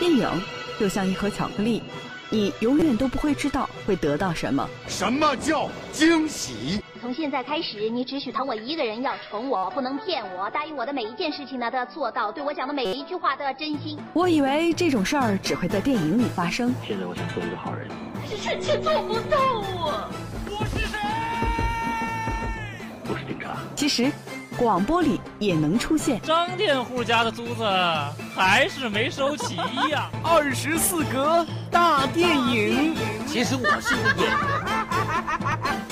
电影就像一盒巧克力，你永远都不会知道会得到什么。 什么叫惊喜？ 从现在开始，你只许疼我一个人，要宠我，不能骗我，答应我的每一件事情呢都要做到，对我讲的每一句话都要真心。 我以为这种事儿只会在电影里发生。 现在我想做一个好人， 是臣妾做不到啊！ 我是谁？ 我是警察。 其实广播里也能出现。 张佃户家的租子还是没收齐呀。 24格大电影， 其实我是一个演员。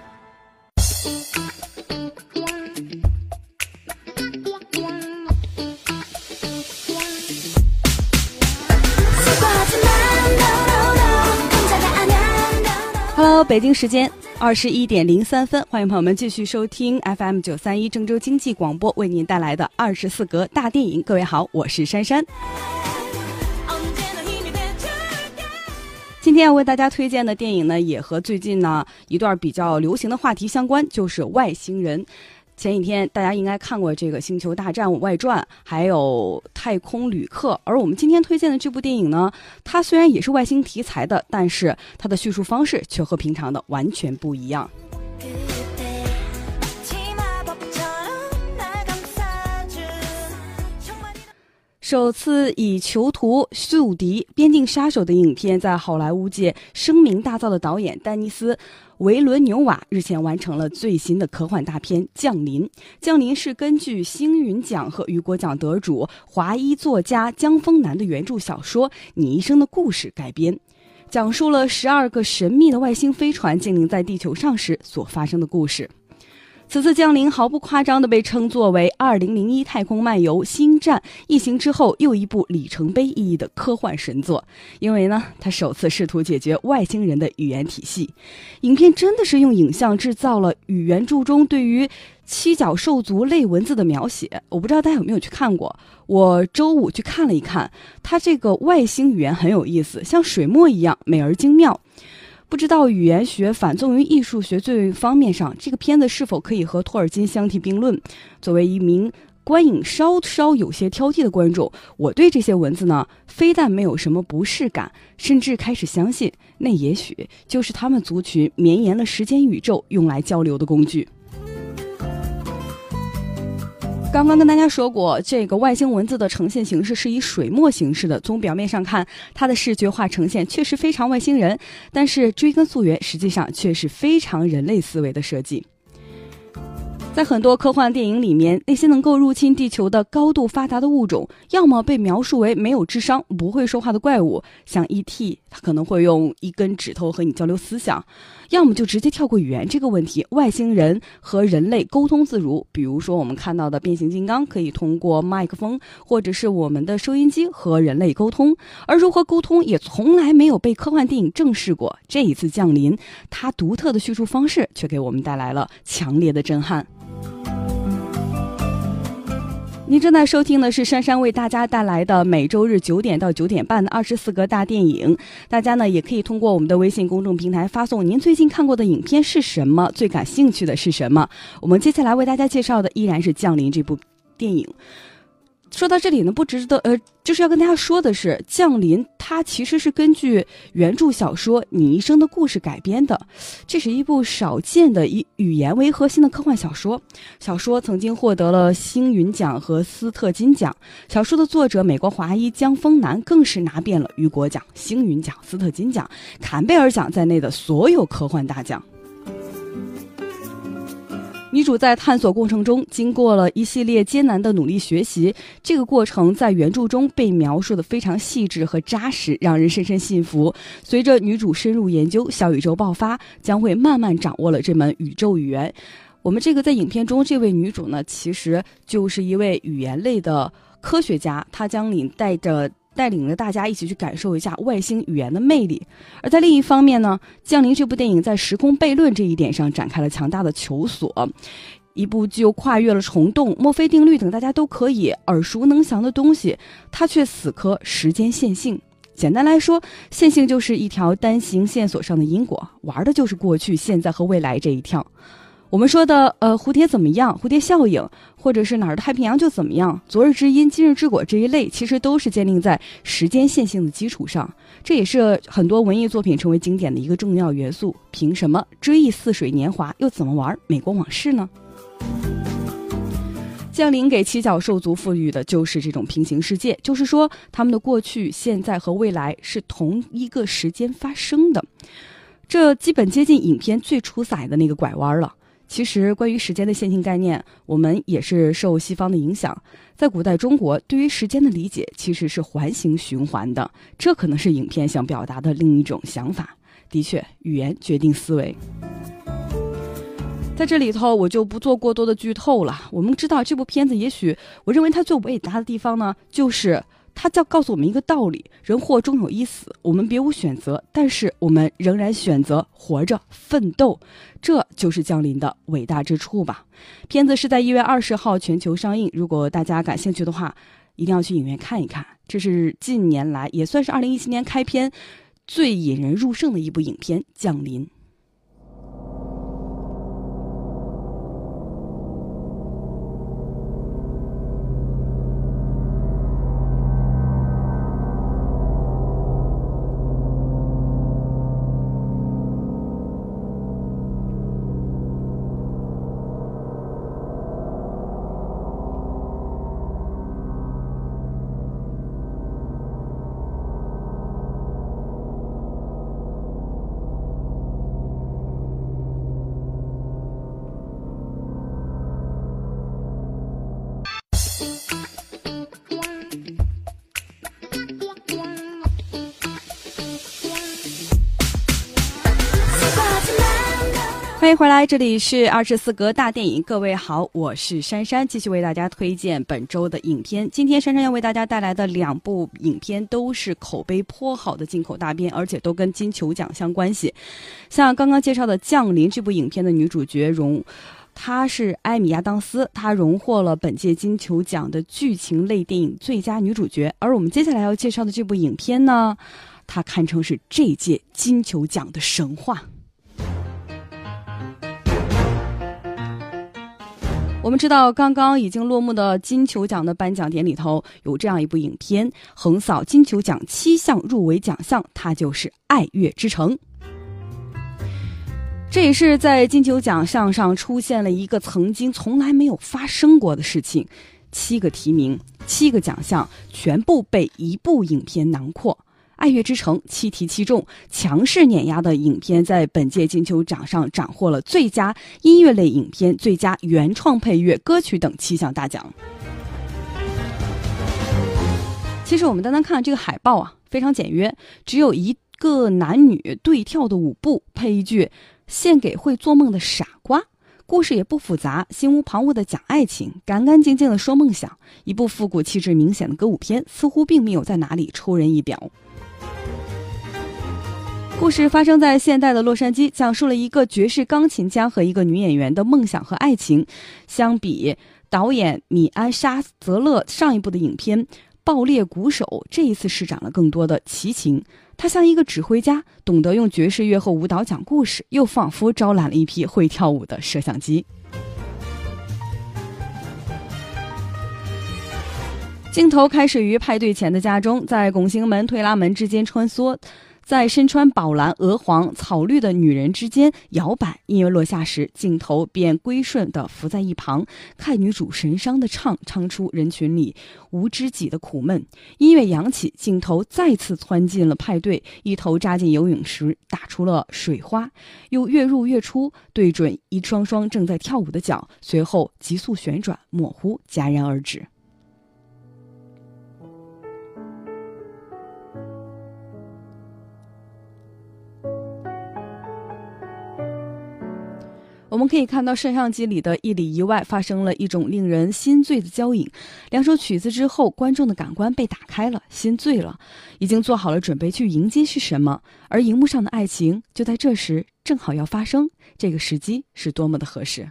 Hello， 北京时间21点03分，欢迎朋友们继续收听 FM 931郑州经济广播为您带来的24格大电影。各位好，我是珊珊。今天要为大家推荐的电影呢，也和最近呢一段比较流行的话题相关，就是外星人。前几天大家应该看过这个《星球大战外传》，还有《太空旅客》，而我们今天推荐的这部电影呢，它虽然也是外星题材的，但是它的叙述方式却和平常的完全不一样。首次以囚徒、宿敌、边境杀手的影片在好莱坞界声名大噪的导演丹尼斯·维伦纽瓦日前完成了最新的科幻大片《降临》。《降临》是根据星云奖和雨果奖得主华裔作家江丰南的原著小说《你一生的故事》改编，讲述了12个神秘的外星飞船降临在地球上时所发生的故事。此次降临毫不夸张地被称作为2001太空漫游星战异形之后又一部里程碑意义的科幻神作，因为呢，它首次试图解决外星人的语言体系。影片真的是用影像制造了与原著中对于七角兽族类文字的描写，我不知道大家有没有去看过，我周五去看了一看，它这个外星语言很有意思，像水墨一样美而精妙。不知道语言学反纵于艺术学这方面上，这个片子是否可以和托尔金相提并论？作为一名观影稍稍有些挑剔的观众，我对这些文字呢，非但没有什么不适感，甚至开始相信，那也许就是他们族群绵延了时间宇宙用来交流的工具。刚刚跟大家说过，这个外星文字的呈现形式是以水墨形式的，从表面上看，它的视觉化呈现确实非常外星人，但是追根溯源，实际上却是非常人类思维的设计。在很多科幻电影里面，那些能够入侵地球的高度发达的物种，要么被描述为没有智商、不会说话的怪物，像 E.T. 他可能会用一根指头和你交流思想，要么就直接跳过语言这个问题，外星人和人类沟通自如。比如说我们看到的变形金刚可以通过麦克风或者是我们的收音机和人类沟通，而如何沟通也从来没有被科幻电影正视过。这一次降临，它独特的叙述方式却给我们带来了强烈的震撼。您正在收听的是珊珊为大家带来的每周日9点到9点半的24格大电影。大家呢也可以通过我们的微信公众平台发送您最近看过的影片是什么，最感兴趣的是什么。我们接下来为大家介绍的依然是《降临》这部电影。说到这里呢，不值得就是要跟大家说的是，《降临》它其实是根据原著小说《你一生的故事》改编的，这是一部少见的以语言为核心的科幻小说。小说曾经获得了星云奖和斯特金奖，小说的作者美国华裔江丰南更是拿遍了雨果奖、星云奖、斯特金奖、坎贝尔奖在内的所有科幻大奖。女主在探索过程中经过了一系列艰难的努力学习，这个过程在原著中被描述的非常细致和扎实，让人深深信服。随着女主深入研究，小宇宙爆发，将会慢慢掌握了这门宇宙语言。我们这个在影片中这位女主呢，其实就是一位语言类的科学家，她将带领着大家一起去感受一下外星语言的魅力。而在另一方面呢，《降临》这部电影在时空悖论这一点上展开了强大的求索，一部具有跨越了虫洞、墨菲定律等大家都可以耳熟能详的东西，它却死磕时间线性。简单来说，线性就是一条单行线索上的因果，玩的就是过去、现在和未来这一跳。 我们说的蝴蝶怎么样，蝴蝶效应，或者是哪儿的太平洋就怎么样，昨日之阴今日之果这一类，其实都是建立在时间线性的基础上，这也是很多文艺作品成为经典的一个重要元素。凭什么追忆似水年华，又怎么玩美国往事呢？降临给七角兽族赋予的就是这种平行世界，就是说他们的过去、现在和未来是同一个时间发生的，这基本接近影片最出彩的那个拐弯了。其实关于时间的线性概念，我们也是受西方的影响，在古代中国对于时间的理解其实是环形循环的，这可能是影片想表达的另一种想法。的确，语言决定思维。在这里头我就不做过多的剧透了。我们知道这部片子，也许我认为它最伟大的地方呢，就是它要告诉我们一个道理：人祸终有一死，我们别无选择，但是我们仍然选择活着奋斗，这就是降临的伟大之处吧。片子是在1月20号全球上映，如果大家感兴趣的话，一定要去影院看一看。这是近年来也算是2017年开篇最引人入胜的一部影片《降临》。欢迎回来，这里是24格大电影。各位好，我是珊珊，继续为大家推荐本周的影片。今天珊珊要为大家带来的2部影片都是口碑颇好的进口大片，而且都跟金球奖相关系。像刚刚介绍的《降临》这部影片的女主角她是艾米亚当斯，她荣获了本届金球奖的剧情类电影最佳女主角。而我们接下来要介绍的这部影片呢，它堪称是这届金球奖的神话。我们知道刚刚已经落幕的金球奖的颁奖典礼头有这样一部影片，横扫金球奖7项入围奖项，它就是《爱乐之城》。这也是在金球奖项上出现了一个曾经从来没有发生过的事情，7个提名，7个奖项全部被一部影片囊括。爱乐之城7题7中，强势碾压的影片在本届金球奖上斩获了最佳音乐类影片、最佳原创配乐、歌曲等7项大奖。其实我们单单看这个海报啊，非常简约，只有一个男女对跳的舞步，配一句献给会做梦的傻瓜。故事也不复杂，心无旁骛的讲爱情，干干净净的说梦想，一部复古气质明显的歌舞片，似乎并没有在哪里出人意表。故事发生在现代的洛杉矶，讲述了一个爵士钢琴家和一个女演员的梦想和爱情。相比导演米安·沙泽勒上一部的影片《爆裂鼓手》，这一次施展了更多的奇情。他像一个指挥家，懂得用爵士乐和舞蹈讲故事，又仿佛招揽了一批会跳舞的摄像机。镜头开始于派对前的家中，在拱形门、推拉门之间穿梭，在身穿宝蓝、鹅黄、草绿的女人之间摇摆。音乐落下时，镜头便归顺地伏在一旁，看女主神伤地唱出人群里无知己的苦闷。音乐扬起，镜头再次窜进了派对，一头扎进游泳池，打出了水花，又越入越出，对准一双双正在跳舞的脚，随后急速旋转，模糊戛然而止。我们可以看到摄像机里的一里一外发生了一种令人心醉的交影。2首曲子之后，观众的感官被打开了，心醉了，已经做好了准备去迎接是什么，而荧幕上的爱情就在这时正好要发生，这个时机是多么的合适。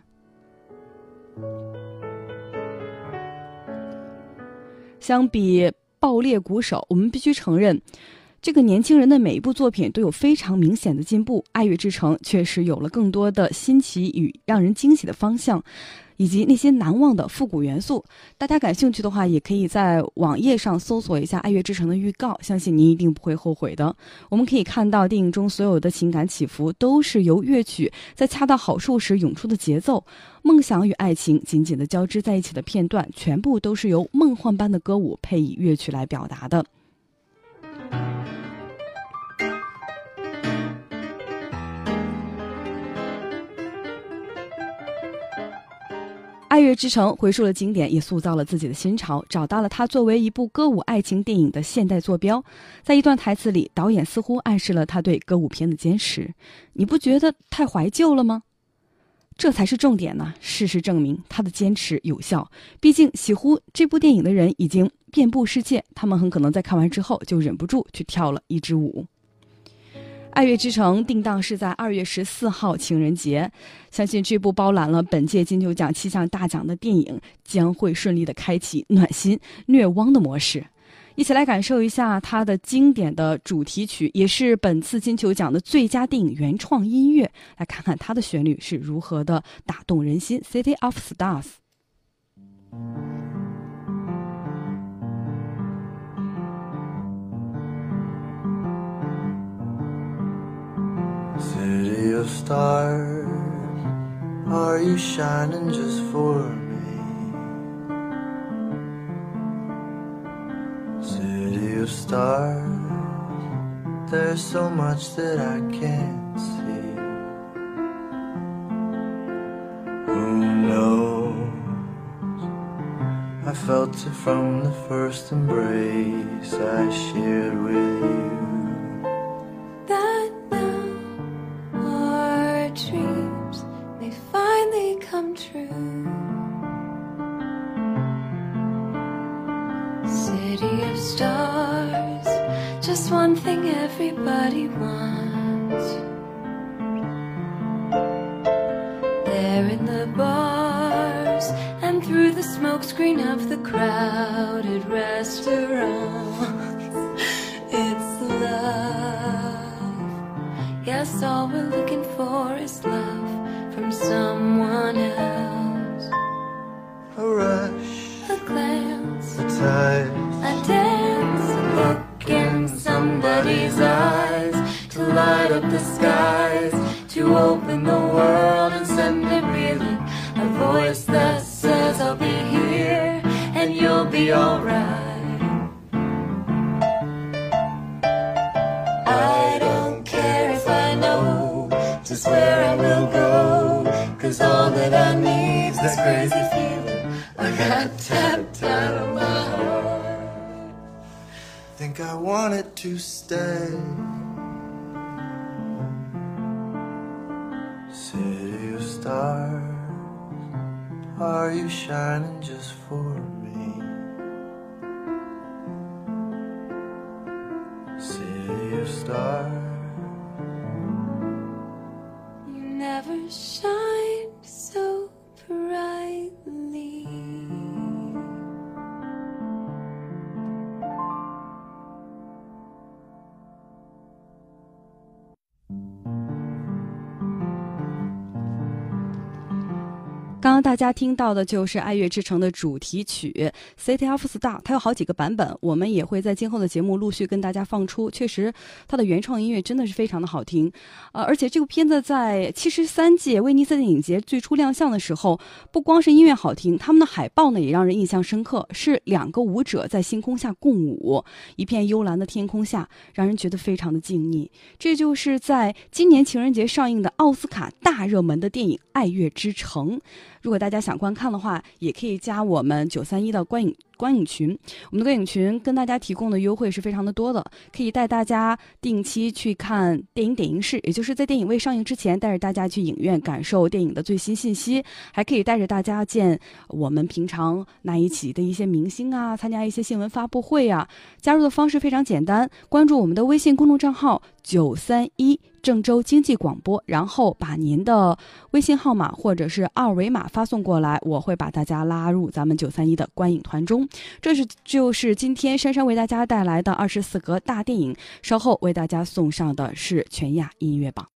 相比爆裂鼓手，我们必须承认这个年轻人的每一部作品都有非常明显的进步，《爱乐之城》确实有了更多的新奇与让人惊喜的方向，以及那些难忘的复古元素。大家感兴趣的话，也可以在网页上搜索一下《爱乐之城》的预告，相信您一定不会后悔的。我们可以看到电影中所有的情感起伏都是由乐曲在恰到好处时涌出的节奏，梦想与爱情紧紧地交织在一起的片段，全部都是由梦幻般的歌舞配以乐曲来表达的。爱乐之城回溯了经典，也塑造了自己的新潮，找到了它作为一部歌舞爱情电影的现代坐标。在一段台词里，导演似乎暗示了他对歌舞片的坚持。你不觉得太怀旧了吗？这才是重点呢。事实证明，他的坚持有效。毕竟喜欢这部电影的人已经遍布世界，他们很可能在看完之后就忍不住去跳了一支舞。爱乐之城定档是在2月14号情人节，相信这部包揽了本届金球奖7项大奖的电影将会顺利的开启暖心虐汪的模式。一起来感受一下它的经典的主题曲，也是本次金球奖的最佳电影原创音乐，来看看它的旋律是如何的打动人心。 City of Stars。City of stars, are you shining just for me? City of stars, there's so much that I can't see. Who knows? I felt it from the first embrace I shared with you.City of stars, just one thing everybody wants. There in the bars and through the smokescreen of the crowded restaurants, it's love. Yes, all we're looking for is love from someone else. you. A rush, a glance, a touch, a dance, a look in somebody's eyes, to light up the skies, to open the world and send it reeling. A voice that says I'll be here and you'll be alright. I don't care if I know just where I will go, 'cause all that I need's this crazy feeling I got tapped out of my heart. think I wanted to stay. City of stars, are you shining just for me? City of stars, you never shine so brightly. 刚刚大家听到的就是爱乐之城的主题曲 City of Stars， 它有好几个版本，我们也会在今后的节目陆续跟大家放出。确实它的原创音乐真的是非常的好听，而且这部片子在73届威尼斯电影节最初亮相的时候，不光是音乐好听，他们的海报呢也让人印象深刻，是2个舞者在星空下共舞，一片幽蓝的天空下，让人觉得非常的静谧。这就是在今年情人节上映的奥斯卡大热门的电影《爱乐之城》。如果大家想观看的话，也可以加我们931的观影群。我们的观影群跟大家提供的优惠是非常的多的，可以带大家定期去看电影点映室，也就是在电影未上映之前，带着大家去影院感受电影的最新信息，还可以带着大家见我们平常那一起的一些明星啊，参加一些新闻发布会啊。加入的方式非常简单，关注我们的微信公众账号931郑州经济广播，然后把您的微信号码或者是二维码发送过来，我会把大家拉入咱们931的观影团中。 就是今天珊珊为大家带来的24格大电影，稍后为大家送上的是全亚音乐榜。